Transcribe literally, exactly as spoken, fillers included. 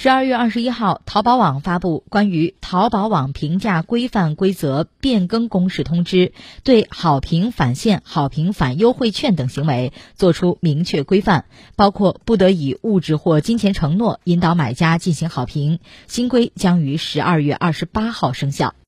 十二月二十一号，淘宝网发布关于淘宝网评价规范规则变更公示通知，对好评返现、好评返优惠券等行为作出明确规范，包括不得以物质或金钱承诺引导买家进行好评。新规将于十二月二十八号生效。